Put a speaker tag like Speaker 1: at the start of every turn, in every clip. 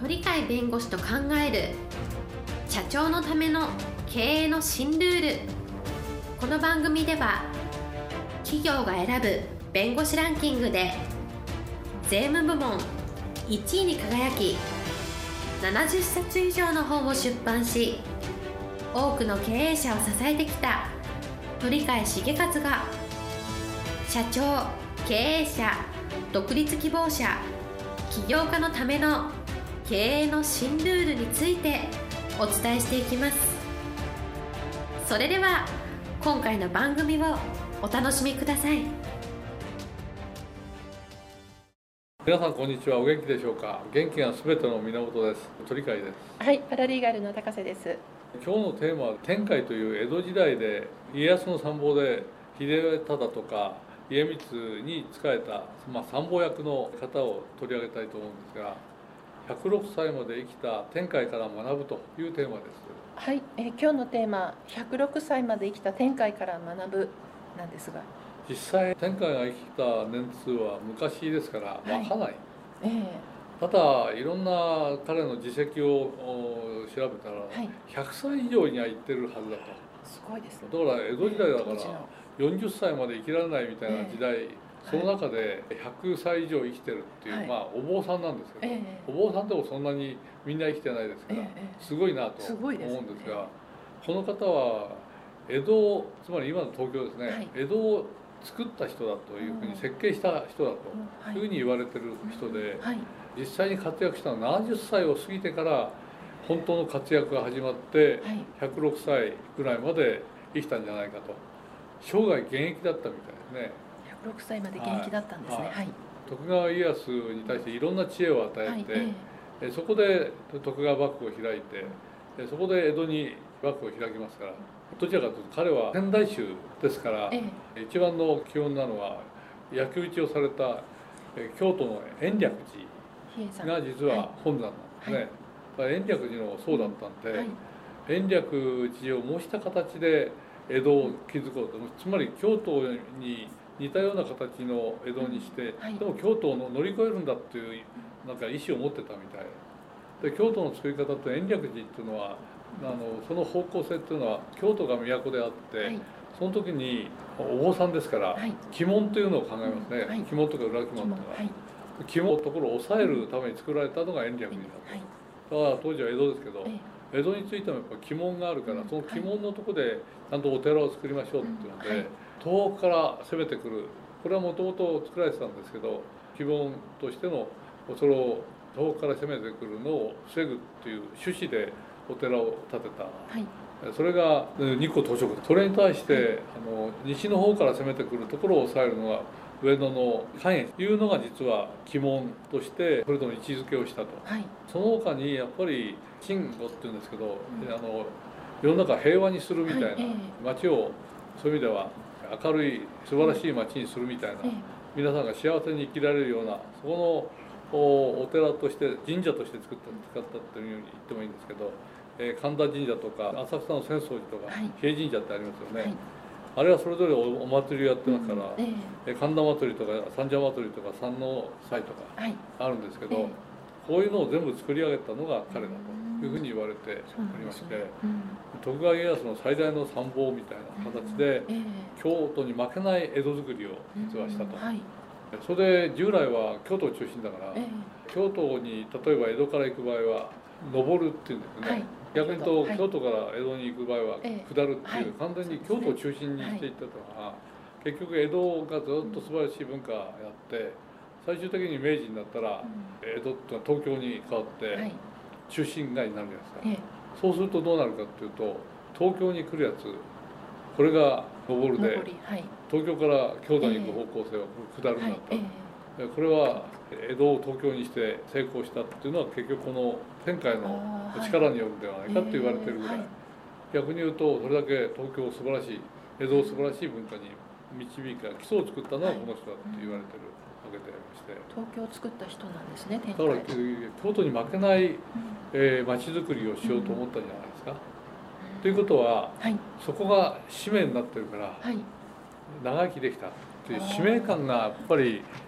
Speaker 1: 鳥飼弁護士と考える社長のための経営の新ルール。この番組では企業が選ぶ弁護士ランキングで税務部門1位に輝き、70冊以上の本を出版し、多くの経営者を支えてきた鳥飼茂勝が、社長、経営者、独立希望者、起業家のための経営の新ルールについてお伝えしていきます。それでは今回の番組をお楽しみください。
Speaker 2: 皆さんこんにちは。お元気でしょうか。元気がすべての源です。鳥飼です。
Speaker 3: はい、パラリーガルの高瀬です。
Speaker 2: 今日のテーマは天海という江戸時代で家康の参謀で秀忠とか家光に仕えた、参謀役の方を取り上げたいと思うんですが、106歳まで生きた天海から学ぶというテーマです。
Speaker 3: はい、今日のテーマ106歳まで生きた天海から学ぶなんですが、
Speaker 2: 実際天海が生きた年数は昔ですから分からない、ただいろんな彼の実績を調べたら、100歳以上には行ってるはずだと。
Speaker 3: すごいですね。
Speaker 2: だから江戸時代だから40歳まで生きられないみたいな時代、その中で100歳以上生きてるっていう、お坊さんなんですけど、お坊さんでもそんなにみんな生きてないですから、すごいなと思うんですが、この方は江戸、つまり今の東京ですね、江戸を作った人だというふうに設計した人だというふうに言われてる人で、実際に活躍したのは70歳を過ぎてから本当の活躍が始まって、106歳ぐらいまで生きたんじゃないかと。生涯現役だったみたいですね。
Speaker 3: 106歳まで現役だったんですね。
Speaker 2: 徳川家康に対していろんな知恵を与えて、そこで徳川幕府を開いて、そこで江戸に幕府を開きますから、どちらかというと彼は仙台宗ですから、一番の基本なのは焼き討ちをされた京都の延暦寺が実は本山なんですね。延暦寺のそうだったんで、延暦寺を模した形で江戸を築こうと、つまり京都に似たような形の江戸にして、でも京都を乗り越えるんだっていうなんか意思を持ってたみたいで、京都の作り方って延暦寺っていうのはその方向性っていうのは京都が都であって、その時にお坊さんですから、鬼門というのを考えますね。鬼門とか裏鬼門とか、鬼門のところを抑えるために作られたのが延暦寺だと。だから当時は江戸ですけど、江戸についてもやっぱ鬼門があるから、その鬼門のところでちゃんとお寺を作りましょうっていうので、東北から攻めてくる、これはもともと作られてたんですけど、鬼門としてのそれを東北から攻めてくるのを防ぐっていう趣旨でお寺を建てた、それが日光東照宮。それに対して、西の方から攻めてくるところを抑えるのが上野の寛永というのが実は鬼門としてそれとの位置づけをしたと、その他にやっぱり鎮護っていうんですけど、世の中平和にするみたいな、街をそういう意味では明るい素晴らしい街にするみたいな、皆さんが幸せに生きられるような、そこのお寺として神社として使ったというふうに言ってもいいんですけど、神田神社とか浅草の浅草寺とか比叡神社ってありますよね。あれはそれぞれお祭りをやってますから、神田祭りとか三社祭りとか三の祭とかあるんですけど、こういうのを全部作り上げたのが彼だというふうに言われておりまして、徳川家康の最大の参謀みたいな形で京都に負けない江戸作りを実はしたと。それで従来は京都中心だから、京都に例えば江戸から行く場合は上るっていうんですね。逆に言うと京都から江戸に行く場合は下るっていう、完全に京都を中心にしていったのが、結局江戸がずっと素晴らしい文化をやって最終的に明治になったら江戸ってのは東京に変わって中心街になるじゃないですか。そうするとどうなるかっていうと、東京に来るやつ、これが上るで、東京から京都に行く方向性は下るんだった、これは江戸を東京にして成功したっていうのは結局この天海の力によるんではないかと言われてるぐらい、逆に言うとそれだけ東京を素晴らしい、江戸を素晴らしい文化に導いた基礎を作ったのはこの人だって言われてるわけでありまして、
Speaker 3: 東京を作った人なんですね。
Speaker 2: だから京都に負けない街づくりをしようと思ったんじゃないですか。ということは、そこが使命になってるから、長生きできたっていう使命感がやっぱり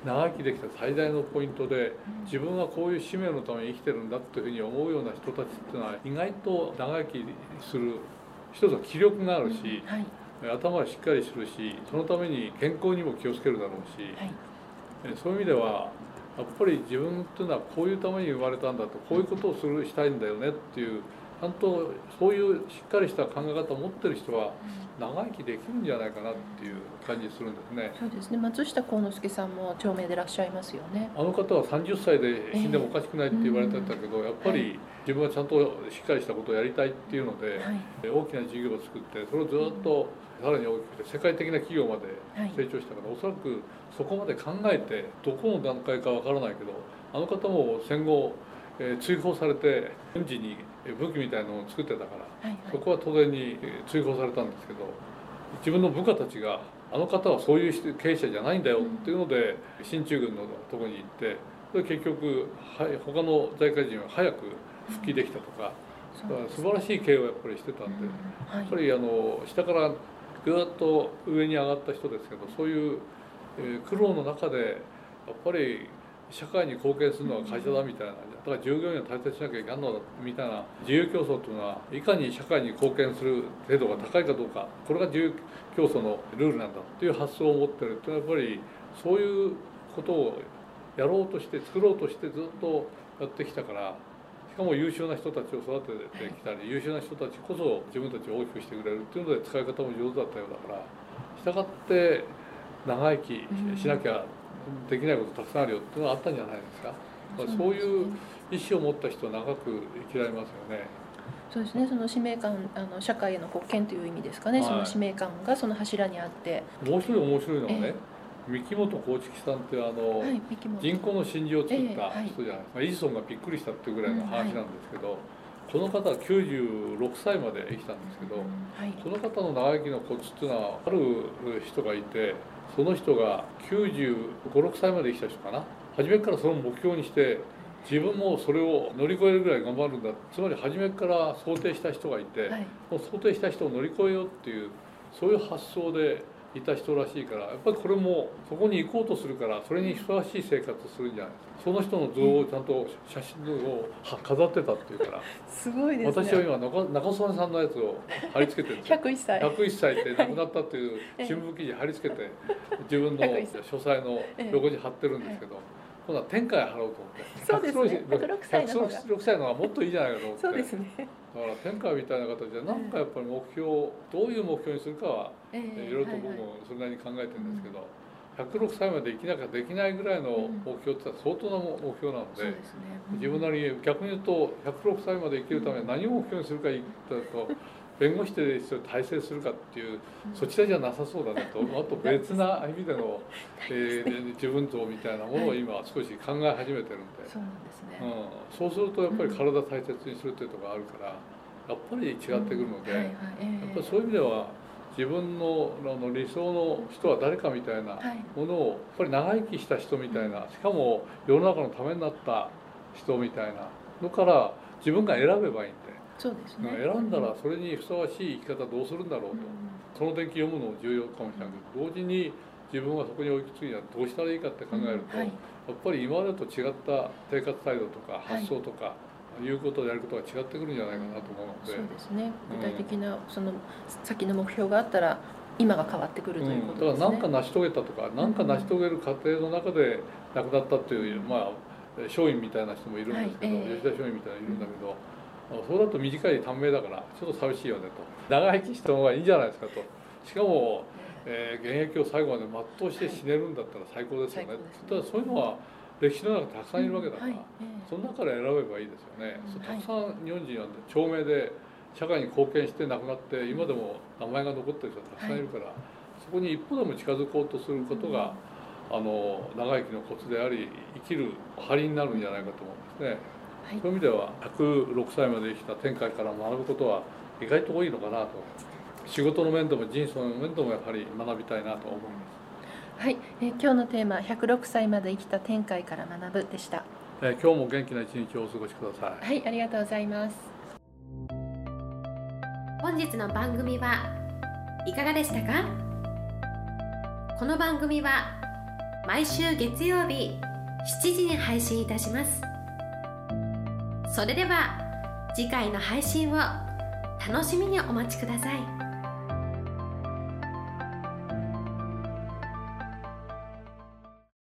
Speaker 2: 長生きできた最大のポイントで、自分はこういう使命のために生きてるんだというふうに思うような人たちっていうのは意外と長生きする。一つは気力があるし、
Speaker 3: はい、
Speaker 2: 頭はしっかりするし、そのために健康にも気をつけるだろうし、
Speaker 3: はい、
Speaker 2: そういう意味ではやっぱり自分っていうのはこういうために生まれたんだと、こういうことをしたいんだよねっていう、ちゃんとそういうしっかりした考え方を持ってる人は長生きできるんじゃないかなっていう感じするんですね。
Speaker 3: そうですね。松下幸之助さんも長命でいらっしゃいますよね。
Speaker 2: あの方は30歳で死んでもおかしくないって言われてたけど、やっぱり自分はちゃんとしっかりしたことをやりたいっていうので、大きな事業を作ってそれをずっとさらに大きくて世界的な企業まで成長したから、おそらくそこまで考えて、どこの段階かわからないけど、あの方も戦後追放されて軍事に武器みたいなのを作ってたから、そこは当然に追放されたんですけど、自分の部下たちがあの方はそういう経営者じゃないんだよっていうので進駐軍のところに行って、それ結局他の財界人は早く復帰できたとか、素晴らしい経営をやっぱりしてたんで、やっぱり下からぐっと上に上がった人ですけど、そういう苦労の中でやっぱり社会に貢献するのは会社だみたいな、だから従業員を大切にしなきゃいけないのだみたいな、自由競争というのはいかに社会に貢献する程度が高いかどうか、これが自由競争のルールなんだっていう発想を持ってるっていうのは、やっぱりそういうことをやろうとして作ろうとしてずっとやってきたから、しかも優秀な人たちを育ててきたり、優秀な人たちこそ自分たちを大きくしてくれるっていうので使い方も上手だったようだから、したがって長生きしなきゃできないことたくさんあるよっていうのはあったんじゃないですか。そういう意思を持った人は長く生きられますよね。
Speaker 3: そうですね。その使命感、社会への貢献という意味ですかね、はい、その使命感がその柱にあって。
Speaker 2: もう一人面白いのはね、三木本幸一さんって人工の真珠を作った人じゃないですか。エジソンがびっくりしたっていうぐらいの話なんですけど、この方は96歳まで生きたんですけど、その方の長生きのコツっていうのは、ある人がいて、その人が95、6歳まで生きた人かな。初めからその目標にして自分もそれを乗り越えるぐらい頑張るんだ、つまり初めから想定した人がいて、その想定した人を乗り越えようっていう、そういう発想でいた人らしいから、やっぱりこれもそこに行こうとするから、それにふさわしい生活をするんじゃないですか。その人の像をちゃんと写真を飾ってたっていうから
Speaker 3: すごいですね。
Speaker 2: 私は今中曽根さんのやつを貼り付けてるんです
Speaker 3: よ。101
Speaker 2: 歳って亡くなったっていう新聞記事貼り付けて自分の書斎の横に貼ってるんですけど、今度は天下へ貼ろうと思って、
Speaker 3: そうですね、
Speaker 2: 106歳の方がもっといいじゃないかと思って。
Speaker 3: そうですね。
Speaker 2: だから天下みたいな形でなんかやっぱり目標、どういう目標にするかはいろいろと僕もそれなりに考えてるんですけど、106歳まで生きなきゃできないぐらいの目標って相当な目標なので、自分なりに逆に言うと106歳まで生きるために何を目標にするか言ったと、弁護士で体制するかっていう、そちらじゃなさそうだねと、あと別な意味での、自分像みたいなものを今少し考え始めてるんで、
Speaker 3: そうなんですね。
Speaker 2: そうするとやっぱり体大切にするっていうところがあるから、やっぱり違ってくるので、やっぱりそういう意味では自分の理想の人は誰かみたいなものを、やっぱり長生きした人みたいな、しかも世の中のためになった人みたいなのから自分が選べばいいんで。
Speaker 3: そうですね、
Speaker 2: 選んだらそれにふさわしい生き方どうするんだろうと、その伝記読むのも重要かもしれないけど、同時に自分はそこに追いつくにはどうしたらいいかって考えると、やっぱり今までと違った生活態度とか発想とか、いうことをやることが違ってくるんじゃないかなと思うので、
Speaker 3: そうですね、具体的なその先の目標があったら今が変わってくるということですね。
Speaker 2: だから何か成し遂げたとか、何か成し遂げる過程の中で亡くなったっていう、松陰みたいな人もいるんですけど、吉田松陰みたいなのいるんだけど、そうだと短い短命だからちょっと寂しいよねと、長生きした方がいいんじゃないですかと、しかも、現役を最後まで全うして死ねるんだったら最高ですよね。ただそういうのは歴史の中でたくさんいるわけだから、その中から選べばいいですよね。たくさん日本人は長命で社会に貢献して亡くなって今でも名前が残ってる人がたくさんいるから、そこに一歩でも近づこうとすることが長生きのコツであり、生きる張りになるんじゃないかと思うんですね。そういう意味では106歳まで生きた天海から学ぶことは意外と多いのかなと、仕事の面でも人生の面でもやはり学びたいなと思います。
Speaker 3: はい、今日のテーマ106歳まで生きた天海から学ぶでした。
Speaker 2: 今日も元気な一日をお過ごしください。
Speaker 3: はい、ありがとうございます。
Speaker 1: 本日の番組はいかがでしたか？この番組は毎週月曜日7時に配信いたします。それでは次回の配信を楽しみにお待ちください。